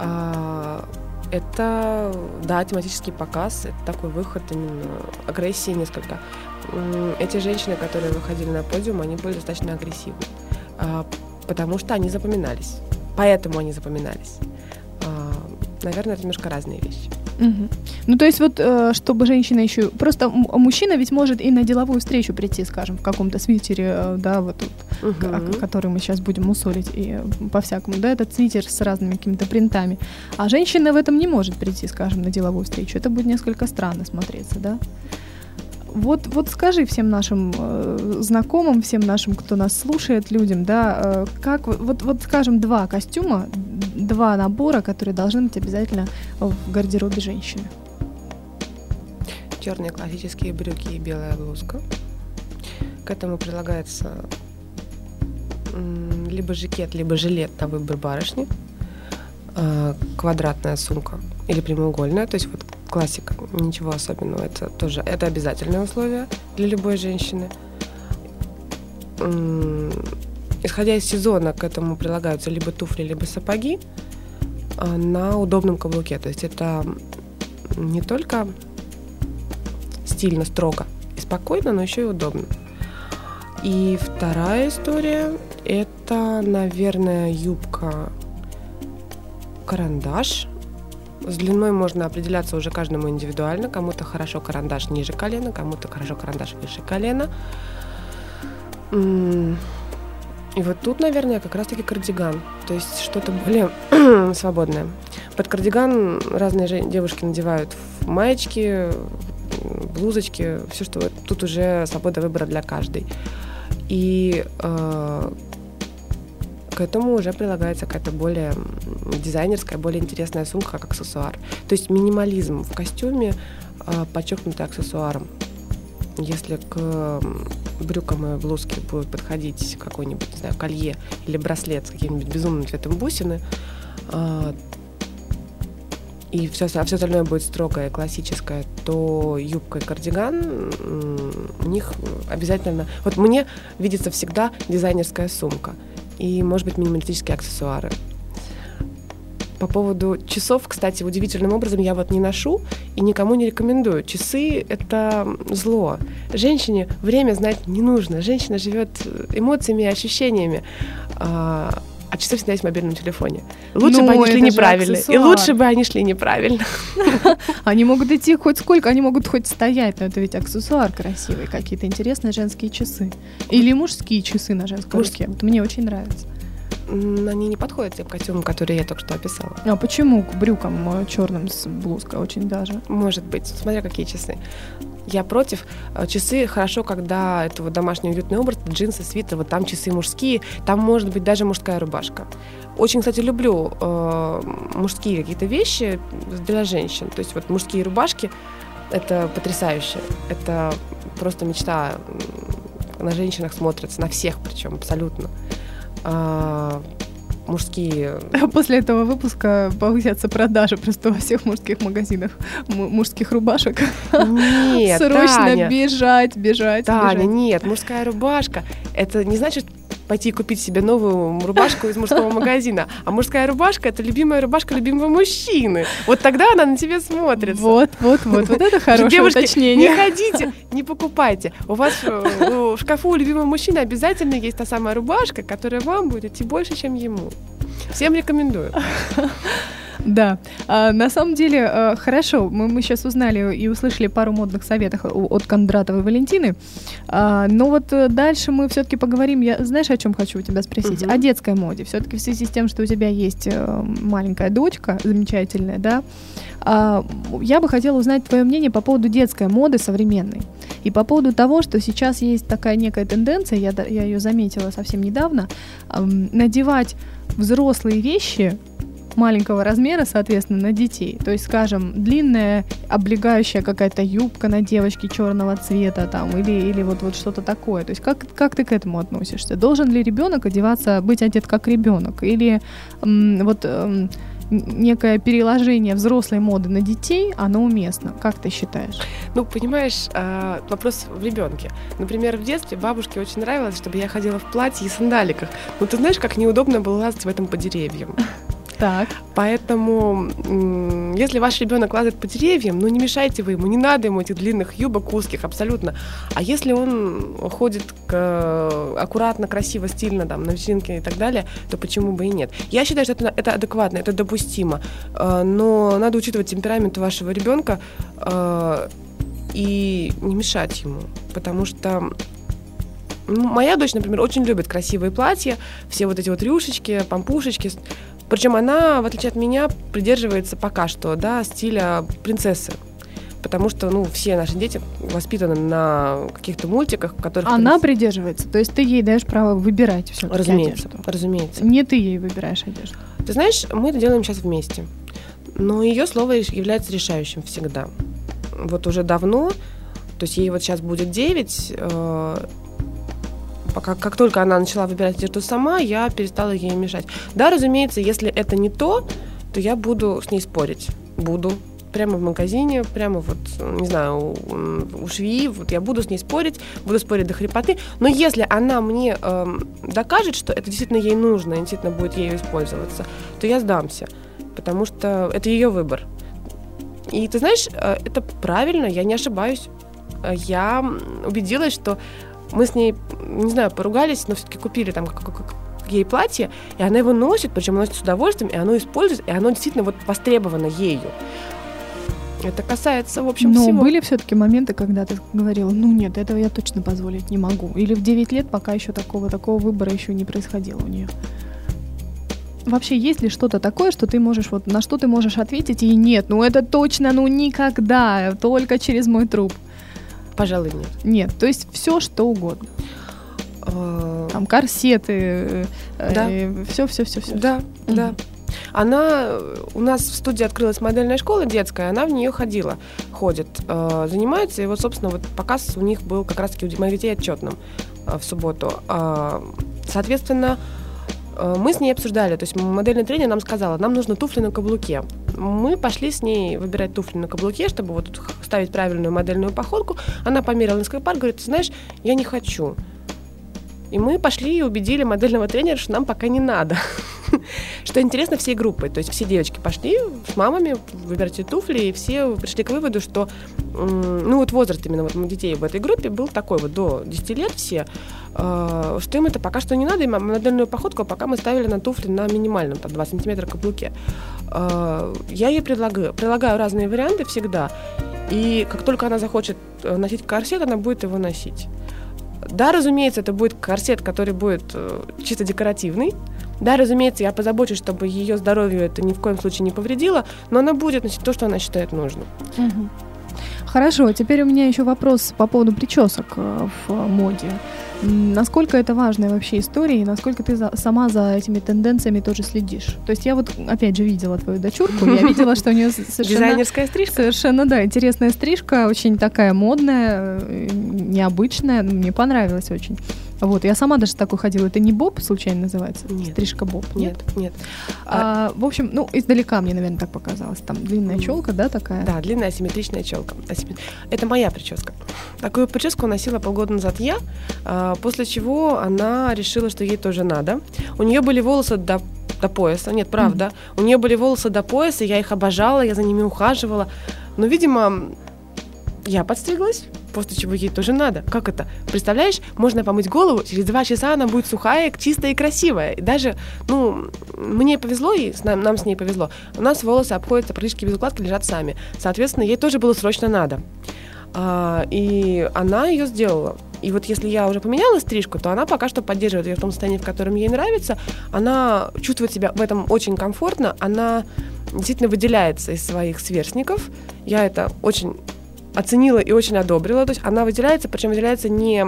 Это, да, тематический показ, это такой выход именно агрессии несколько. Эти женщины, которые выходили на подиум, они были достаточно агрессивны, потому что они запоминались. Поэтому они запоминались. Наверное, это немножко разные вещи. Угу. Ну, то есть вот, чтобы женщина еще... Просто мужчина ведь может и на деловую встречу прийти, скажем, в каком-то свитере, да, вот тут, который мы сейчас будем мусолить и по-всякому, да, этот свитер с разными какими-то принтами. А женщина в этом не может прийти, скажем, на деловую встречу. Это будет несколько странно смотреться, да? Вот скажи всем нашим знакомым, всем нашим, кто нас слушает, людям, да, как вот скажем, 2 костюма, 2 набора, которые должны быть обязательно в гардеробе женщины. Черные классические брюки и белая блузка. К этому прилагается либо жакет, либо жилет на выбор барышни, квадратная сумка или прямоугольная, то есть вот классика, ничего особенного, это обязательное условие для любой женщины. Исходя из сезона, к этому прилагаются либо туфли, либо сапоги на удобном каблуке, то есть это не только стильно, строго и спокойно, но еще и удобно. И вторая история – это, наверное, юбка-карандаш. С длиной можно определяться уже каждому индивидуально. Кому-то хорошо карандаш ниже колена, кому-то хорошо карандаш выше колена. И вот тут, наверное, как раз-таки кардиган. То есть что-то более свободное. Под кардиган разные девушки надевают маечки, блузочки, все, что тут уже свобода выбора для каждой. И к этому уже прилагается какая-то более дизайнерская, более интересная сумка как аксессуар. То есть минимализм в костюме, подчеркнутый аксессуаром. Если к брюкам и блузке будет подходить какой-нибудь, не знаю, колье или браслет с каким-нибудь безумным цветом бусины, и все остальное будет строгое и классическое, то юбка и кардиган у них обязательно... Вот мне видится всегда дизайнерская сумка и, может быть, минималистические аксессуары. По поводу часов, кстати, удивительным образом я вот не ношу и никому не рекомендую. Часы — это зло. Женщине время знать не нужно. Женщина живет эмоциями и ощущениями. А часы всегда есть в мобильном телефоне. Лучше бы они шли неправильно. И лучше бы они шли неправильно. Они могут идти хоть сколько, они могут хоть стоять, но это ведь аксессуар красивый, какие-то интересные женские часы. Или мужские часы на женской руке. Вот мне очень нравится. Они не подходят тем костюмам, которые я только что описала. А почему к брюкам черным с блузкой очень даже? Может быть, смотря какие часы. Я против. Часы хорошо, когда это вот домашний уютный образ, джинсы, свитер, вот там часы мужские, там может быть даже мужская рубашка. Очень, кстати, люблю мужские какие-то вещи для женщин. То есть вот мужские рубашки — это потрясающе. Это просто мечта. На женщинах смотрится, на всех причем, абсолютно. Мужские... После этого выпуска повысятся продажи просто во всех мужских магазинах мужских рубашек. Нет, срочно Таня, бежать. Таня, нет, мужская рубашка — это не значит пойти купить себе новую рубашку из мужского магазина. А мужская рубашка — это любимая рубашка любимого мужчины. Вот тогда она на тебя смотрится. Вот это хорошее девушки, уточнение. Не ходите, не покупайте. У вас в шкафу у любимого мужчины обязательно есть та самая рубашка, которая вам будет идти больше, чем ему. Всем рекомендую. Да, на самом деле, хорошо, мы сейчас узнали и услышали пару модных советов от Кондратовой Валентины, но вот дальше мы все-таки поговорим, знаешь, о чем хочу у тебя спросить? О детской моде. Все-таки в связи с тем, что у тебя есть маленькая дочка замечательная, да, я бы хотела узнать твое мнение по поводу детской моды современной и по поводу того, что сейчас есть такая некая тенденция, я ее заметила совсем недавно, надевать взрослые вещи маленького размера, соответственно, на детей. То есть, скажем, длинная облегающая какая-то юбка на девочке черного цвета там, или вот что-то такое. То есть как ты к этому относишься? Должен ли ребенок быть одет как ребенок? Или некое переложение взрослой моды на детей, оно уместно? Как ты считаешь? Ну, понимаешь, вопрос в ребенке. Например, в детстве бабушке очень нравилось, чтобы я ходила в платье и сандаликах. Но ты знаешь, как неудобно было лазать в этом по деревьям. Так. Поэтому, если ваш ребенок лазает по деревьям, не мешайте вы ему, не надо ему этих длинных юбок узких, абсолютно. А если он ходит аккуратно, красиво, стильно, там, на вечеринке и так далее, то почему бы и нет? Я считаю, что это адекватно, это допустимо, но надо учитывать темперамент вашего ребенка и не мешать ему, потому что моя дочь, например, очень любит красивые платья, все вот эти вот рюшечки, помпушечки. Причем она, в отличие от меня, придерживается пока что, да, стиля принцессы. потому что, все наши дети воспитаны на каких-то мультиках, в которых... Она придерживается, то есть ты ей даешь право выбирать всё-таки одежду. Разумеется. Не ты ей выбираешь одежду. Ты знаешь, мы это делаем сейчас вместе, но ее слово является решающим всегда. Вот уже давно, то есть ей вот сейчас будет 9, как только она начала выбирать одежду сама, я перестала ей мешать. Да, разумеется, если это не то я буду с ней спорить. Буду. Прямо в магазине, прямо не знаю, у швеи, я буду с ней спорить, буду спорить до хрипоты. Но если она мне докажет, что это действительно ей нужно, и действительно будет ею использоваться, то я сдамся, потому что это ее выбор. И ты знаешь, это правильно, я не ошибаюсь. Я убедилась, что мы с ней, не знаю, поругались, но все-таки купили там ей платье, и она его носит, причем носит с удовольствием, и оно используется, и оно действительно востребовано ею. Это касается, в общем, всего. Но были все-таки моменты, когда ты говорила, нет, этого я точно позволить не могу. Или в 9 лет пока еще такого выбора еще не происходило у нее. Вообще, есть ли что-то такое, что ты можешь, на что ты можешь ответить, и нет, это точно, никогда, только через мой труп? Пожалуй, нет. Нет, то есть все, что угодно. Там корсеты, да. Все. Да, да. Она у нас в студии открылась модельная школа детская, она в нее ходит, занимается, и собственно, показ у них был как раз-таки у моих детей отчетным в субботу. Соответственно, мы с ней обсуждали, то есть модельный тренер нам сказала, нам нужно туфли на каблуке. Мы пошли с ней выбирать туфли на каблуке, чтобы ставить правильную модельную походку. Она померила несколько пар, говорит, ты знаешь, я не хочу. И мы пошли и убедили модельного тренера, что нам пока не надо. Что интересно, всей группой. То есть все девочки пошли с мамами выбирать туфли, и все пришли к выводу, что возраст именно детей в этой группе был такой до 10 лет все, что им это пока что не надо, и модельную походку пока мы ставили на туфли на минимальном, 2 сантиметра каблуке. Я ей предлагаю разные варианты всегда, и как только она захочет носить корсет, она будет его носить. Да, разумеется, это будет корсет, который будет чисто декоративный. Да, разумеется, я позабочусь, чтобы ее здоровью это ни в коем случае не повредило, но она будет носить то, что она считает нужным. Угу. Хорошо, теперь у меня еще вопрос по поводу причесок в моде. Насколько это важная вообще история, и насколько ты сама за этими тенденциями тоже следишь? То есть я опять же, видела твою дочурку, я видела, что у нее дизайнерская стрижка. Совершенно, да, интересная стрижка, очень такая модная, необычная, мне понравилась очень. Я сама даже такой ходила. Это не боб, случайно называется? Нет. Стрижка боб? Нет. В общем, издалека мне, наверное, так показалось. Там длинная челка, да, такая? Да, длинная асимметричная челка. Это моя прическа. Такую прическу носила полгода назад я, после чего она решила, что ей тоже надо. У нее были волосы до пояса. Нет, правда. У нее были волосы до пояса, я их обожала, я за ними ухаживала. Но, видимо, я подстриглась, после чего ей тоже надо. Как это? Представляешь, можно помыть голову, через 2 часа она будет сухая, чистая и красивая. И даже, мне повезло, и нам с ней повезло. У нас волосы обходятся практически без укладки, лежат сами. Соответственно, ей тоже было срочно надо. И она ее сделала. И если я уже поменяла стрижку, то она пока что поддерживает ее в том состоянии, в котором ей нравится. Она чувствует себя в этом очень комфортно. Она действительно выделяется из своих сверстников. Я это очень оценила и очень одобрила. То есть она выделяется, причем выделяется не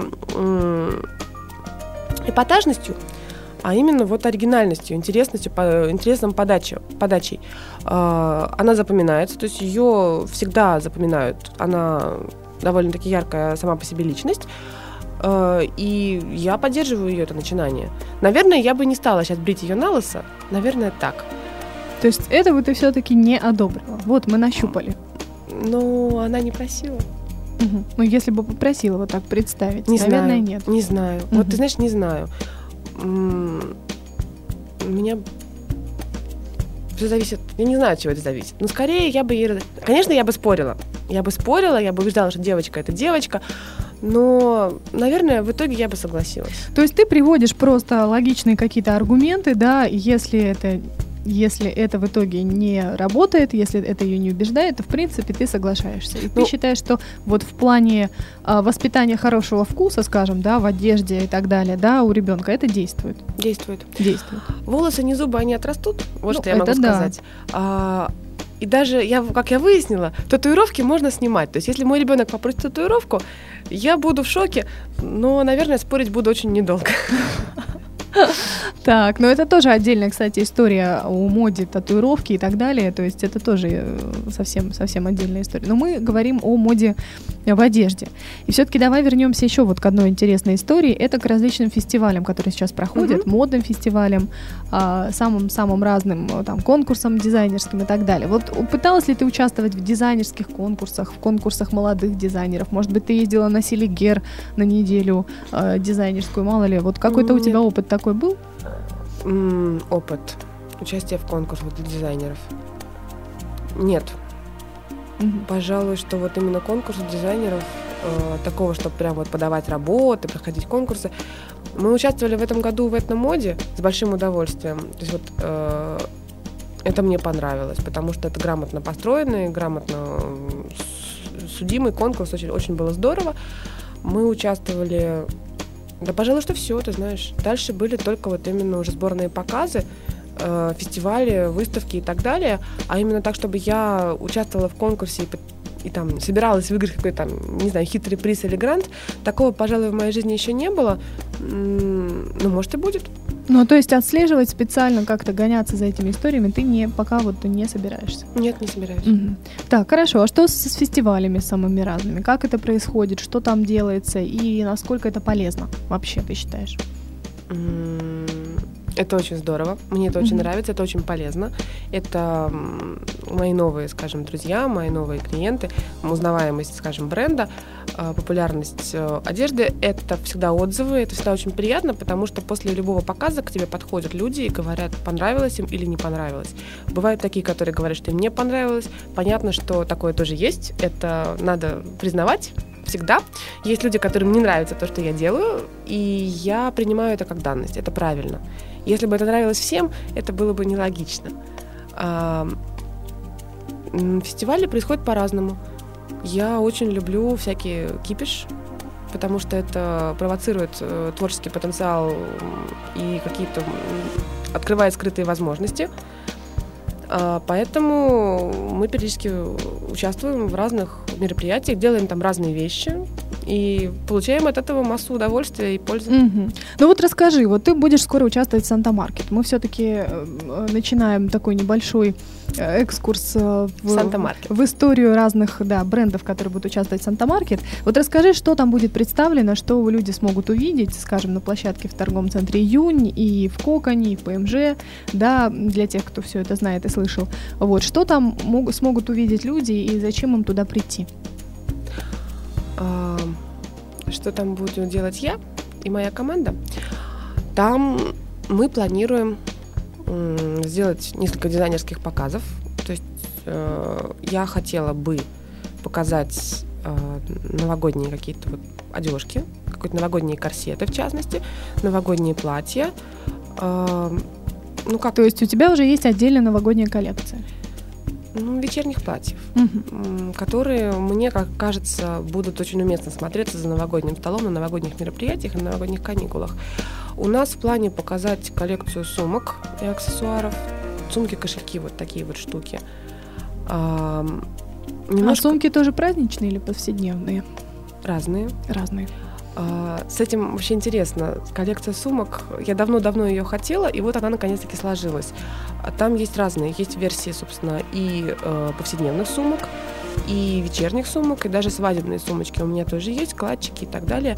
эпатажностью, а именно оригинальностью, интересным подачей. Она запоминается, то есть ее всегда запоминают. Она довольно-таки яркая сама по себе личность. И я поддерживаю ее это начинание. Наверное, я бы не стала сейчас брить ее на лысо. Наверное, так. То есть это ты все-таки не одобрила. Мы нащупали. Но она не просила. Угу. Если бы попросила так представить, наверное, знаю. Нет. Не знаю. Угу. Ты знаешь, не знаю. У меня все зависит. Я не знаю, от чего это зависит. Но скорее я бы ей... Конечно, я бы спорила. Я бы убеждала, что девочка — это девочка. Но, наверное, в итоге я бы согласилась. То есть ты приводишь просто логичные какие-то аргументы, да, если это в итоге не работает, если это ее не убеждает, то, в принципе, ты соглашаешься. И ты считаешь, что в плане воспитания хорошего вкуса, скажем, да, в одежде и так далее, да, у ребенка это действует? Действует. Действует. Волосы не зубы, они отрастут, что я могу сказать. И даже, как я выяснила, татуировки можно снимать. То есть если мой ребенок попросит татуировку, я буду в шоке, но, наверное, спорить буду очень недолго. Так, но это тоже отдельная, кстати, история о моде, татуировки и так далее. То есть это тоже совсем отдельная история. Но мы говорим о моде в одежде. И все-таки давай вернемся еще вот к одной интересной истории. Это к различным фестивалям, которые сейчас проходят, модным фестивалям, самым разным там конкурсам дизайнерским и так далее. Вот пыталась ли ты участвовать в дизайнерских конкурсах, в конкурсах молодых дизайнеров? Может быть, ты ездила на Селигер на неделю дизайнерскую, мало ли. Вот какой-то у тебя опыт такой был? Опыт участия в конкурсах для дизайнеров? Нет. Пожалуй, что вот именно конкурс дизайнеров, такого, чтобы прям вот подавать работы, проходить конкурсы. Мы участвовали в этом году в этномоде с большим удовольствием. То есть вот это мне понравилось, потому что это грамотно построенный, грамотно судимый конкурс, очень было здорово. Мы участвовали... Да, пожалуй, что все, ты знаешь. Дальше были только вот именно уже сборные показы, фестивали, выставки и так далее. А именно так, чтобы я участвовала в конкурсе и там собиралась выиграть какой-то там, не знаю, хитрый приз или грант, такого, пожалуй, в моей жизни еще не было. Ну, может, и будет. Ну, то есть отслеживать специально, как-то гоняться за этими историями ты пока вот не собираешься? Нет, не собираюсь. Так, хорошо. А что с фестивалями самыми разными? Как это происходит? Что там делается? И насколько это полезно вообще, ты считаешь? Это очень здорово. Мне это очень нравится, это очень полезно. Это мои новые, скажем, друзья, мои новые клиенты, узнаваемость, скажем, бренда, популярность одежды. Это всегда отзывы, это всегда очень приятно, потому что после любого показа к тебе подходят люди и говорят, понравилось им или не понравилось. Бывают такие, которые говорят, что им не понравилось. Понятно, что такое тоже есть. Это надо признавать. Всегда. Есть люди, которым не нравится то, что я делаю, и я принимаю это как данность. Это правильно. Если бы это нравилось всем, это было бы нелогично. Фестивали происходят по-разному. Я очень люблю всякий кипиш, потому что это провоцирует творческий потенциал и какие-то открывает скрытые возможности. Поэтому мы периодически участвуем в разных мероприятиях, делаем там разные вещи и получаем от этого массу удовольствия и пользы. Ну вот расскажи, вот ты будешь скоро участвовать в Санта-Маркет. Мы все-таки начинаем такой небольшой экскурс в историю разных брендов, которые будут участвовать в Санта-Маркет. Вот расскажи, что там будет представлено, что люди смогут увидеть, скажем, на площадке в торговом центре «Июнь» и в «Коконе», и в ПМЖ, да, для тех, кто все это знает и слышал. Вот, что там смогут увидеть люди и зачем им туда прийти? Что там буду делать я и моя команда? Там мы планируем сделать несколько дизайнерских показов. То есть я хотела бы показать новогодние какие-то вот одежки, какие-то новогодние корсеты, в частности, новогодние платья. То есть у тебя уже есть отдельная новогодняя коллекция? Вечерних платьев, которые, мне как кажется, будут очень уместно смотреться за новогодним столом, на новогодних мероприятиях и на новогодних каникулах. У нас в плане показать коллекцию сумок и аксессуаров, сумки, кошельки, вот такие вот штуки. А сумки тоже праздничные или повседневные? Разные. С этим вообще интересно. Коллекция сумок, я давно ее хотела, и вот она наконец-таки сложилась. Там есть разные, есть версии, собственно, и повседневных сумок, и вечерних сумок, и даже свадебные сумочки у меня тоже есть, кладчики и так далее.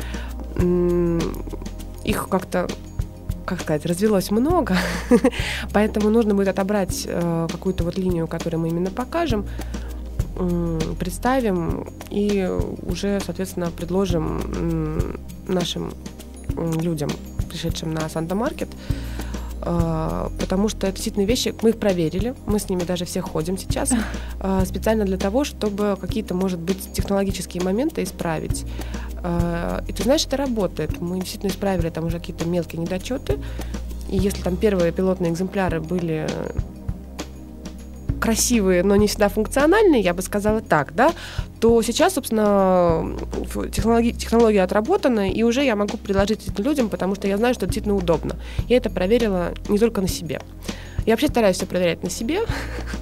Их как-то, развелось много, поэтому нужно будет отобрать какую-то вот линию, которую мы именно покажем, представим и уже, соответственно, предложим нашим людям, пришедшим на Санта-Маркет, потому что это действительно вещи, мы их проверили, мы с ними даже все ходим сейчас, специально для того, чтобы какие-то, может быть, технологические моменты исправить. И ты знаешь, это работает. Мы действительно исправили там уже какие-то мелкие недочеты, и если там первые пилотные экземпляры были красивые, но не всегда функциональные, я бы сказала так, да, то сейчас, собственно, технология отработана, и уже я могу предложить это людям, потому что я знаю, что это действительно удобно. Я это проверила не только на себе. Я вообще стараюсь все проверять на себе,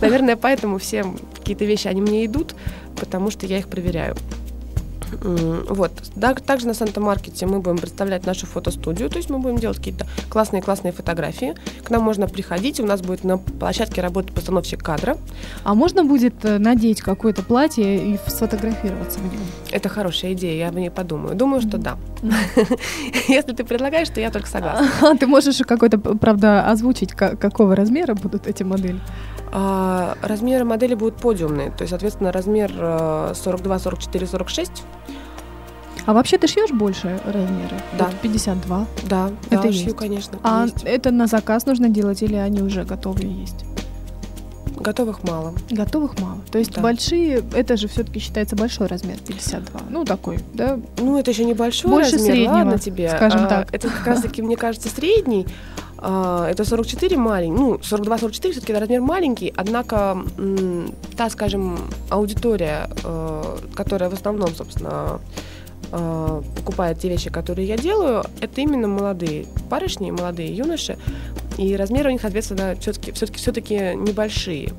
Наверное, поэтому все какие-то вещи, они мне идут, потому что я их проверяю. Вот. Также на Санта-Маркете мы будем представлять нашу фотостудию, то есть мы будем делать какие-то классные фотографии. К нам можно приходить, у нас будет на площадке работать постановщик кадра. А можно будет надеть какое-то платье и сфотографироваться в нем? Это хорошая идея, я об ней подумаю. Думаю, что да. Если ты предлагаешь, то я только согласна. Ты можешь какой-то, правда, озвучить, какого размера будут эти модели? Размеры модели будут подиумные, то есть, соответственно, размер 42, 44, 46. А вообще ты шьешь больше размеры? Да. Вот 52? Да, это шью, есть. Конечно. А есть. это на заказ нужно делать или они уже готовые есть? Готовых мало. Готовых мало. То есть большие, это же все-таки считается большой размер, 52. Ну, такой, да? Ну, это еще небольшой больше размер, среднего, ладно тебе. скажем так. Это как раз-таки, мне кажется, средний. Это 44 маленький, 42-44 все-таки размер маленький, однако та, скажем, аудитория, которая в основном, собственно, покупает те вещи, которые я делаю, это именно молодые барышни, молодые юноши, и размеры у них, соответственно, все-таки небольшие.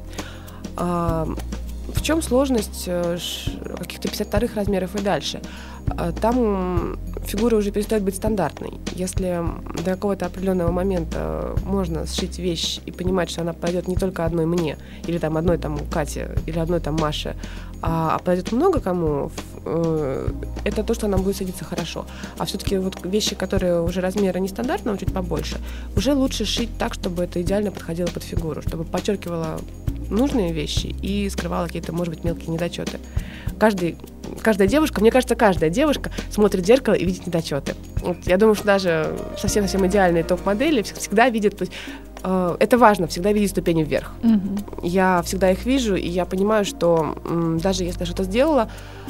В чем сложность каких-то 52-х размеров и дальше? Там фигура уже перестает быть стандартной. Если до какого-то определенного момента можно сшить вещь и понимать, что она пойдет не только одной мне, или там одной там Кате, или одной там Маше, а пойдет много кому, это то, что нам будет садиться хорошо. А все-таки вот вещи, которые уже размера нестандартного, чуть побольше, уже лучше шить так, чтобы это идеально подходило под фигуру, чтобы подчеркивало нужные вещи и скрывала какие-то, может быть, мелкие недочеты. Каждая девушка, мне кажется, каждая девушка смотрит в зеркало и видит недочеты. Вот, я думаю, что даже совсем идеальные топ-модели всегда видят, то есть, это важно, всегда видеть ступени вверх. Mm-hmm. Я всегда их вижу, и я понимаю, что даже если я что-то сделала,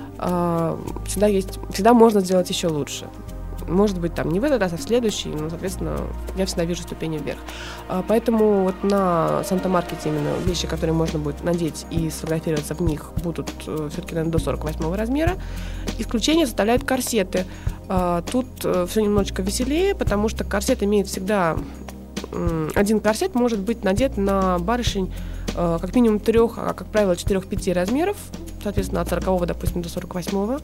всегда можно сделать еще лучше. Может быть, там не в этот раз, а в следующий, но, соответственно, я всегда вижу ступени вверх. Поэтому вот на Санта-Маркете именно вещи, которые можно будет надеть и сфотографироваться в них, будут все-таки, наверное, до 48 размера. Исключение составляют корсеты. Тут все немножечко веселее, потому что корсет имеет всегда... Один корсет может быть надет на барышень как минимум 3, а как правило 4-5 размеров, соответственно, от 40, допустим, до 48.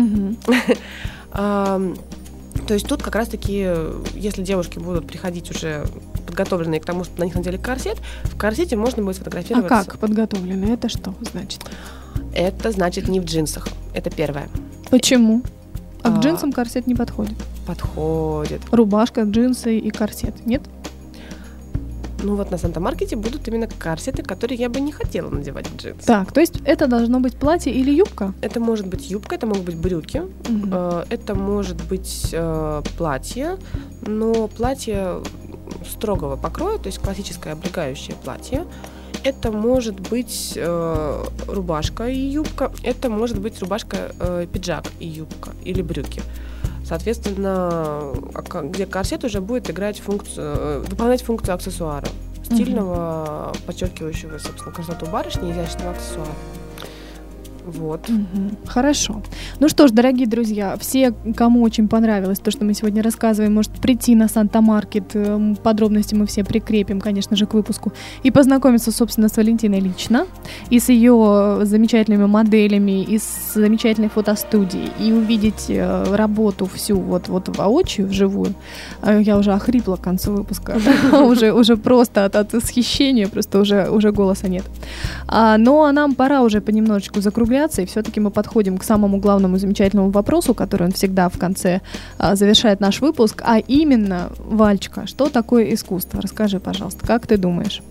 Mm-hmm. То есть тут как раз-таки, если девушки будут приходить уже подготовленные к тому, что на них надели корсет, в корсете можно будет сфотографироваться. А как подготовленные? Это что значит? Это значит не в джинсах. Это первое. Почему? А к джинсам корсет не подходит? Подходит. Рубашка, джинсы и корсет, нет? Ну вот на Санта-Маркете будут именно корсеты, которые я бы не хотела надевать в джинсы. Так, то есть это должно быть платье или юбка? Это может быть юбка, это могут быть брюки, это может быть платье, но платье строгого покроя, то есть классическое облегающее платье. Это может быть рубашка и юбка, это может быть рубашка, пиджак и юбка или брюки. Соответственно, где корсет уже будет выполнять функцию аксессуара, стильного, подчеркивающего, собственно, красоту барышни, изящного аксессуара. Вот. Хорошо. Ну что ж, дорогие друзья, все, кому очень понравилось то, что мы сегодня рассказываем, может прийти на Санта-Маркет. Подробности мы все прикрепим, конечно же, к выпуску. И познакомиться, собственно, с Валентиной лично. И с ее замечательными моделями, и с замечательной фотостудией. И увидеть работу всю вот воочию, вживую. Я уже охрипла к концу выпуска. Уже просто от восхищения, просто уже голоса нет. Но нам пора уже понемножечку закругляться. И все-таки мы подходим к самому главному замечательному вопросу, который он всегда в конце завершает наш выпуск, а именно, Вальчика, что такое искусство? Расскажи, пожалуйста, как ты думаешь?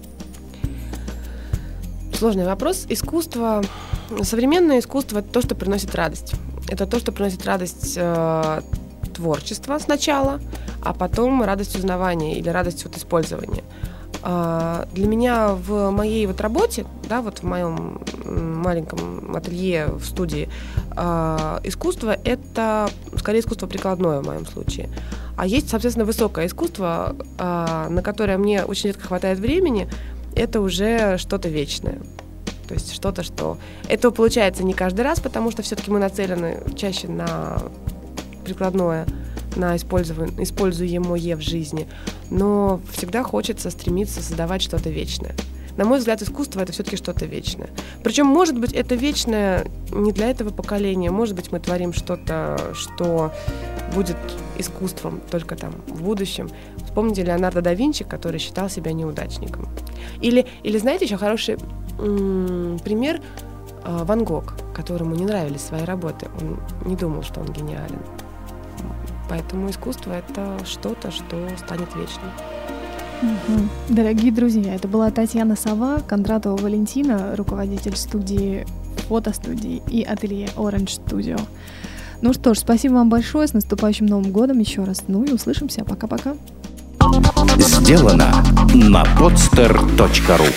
Сложный вопрос. Искусство, современное искусство — это то, что приносит радость. Это то, что приносит радость творчества сначала, а потом радость узнавания или радость использования. Для меня в моей работе, да, в моем маленьком ателье в студии, искусство — это скорее искусство прикладное в моем случае. А есть, соответственно, высокое искусство, на которое мне очень редко хватает времени, это уже что-то вечное. То есть что-то, что... Это получается не каждый раз, потому что все-таки мы нацелены чаще на прикладное, на используемое в жизни, но всегда хочется стремиться создавать что-то вечное. На мой взгляд, искусство — это все-таки что-то вечное. Причем, может быть, это вечное не для этого поколения. Может быть, мы творим что-то, что будет искусством только там в будущем. Вспомните Леонардо да Винчи, который считал себя неудачником. Или знаете, еще хороший пример — Ван Гог, которому не нравились свои работы. Он не думал, что он гениален. Поэтому искусство — это что-то, что станет вечным. Дорогие друзья, это была Татьяна Сова, Кондратова Валентина, руководитель студии, фотостудии и ателье Orange Studio. Ну что ж, спасибо вам большое, с наступающим Новым годом еще раз. Ну и услышимся, пока-пока. Сделано на podster.ru.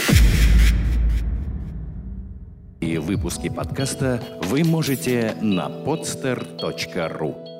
И выпуски подкаста вы можете на podster.ru.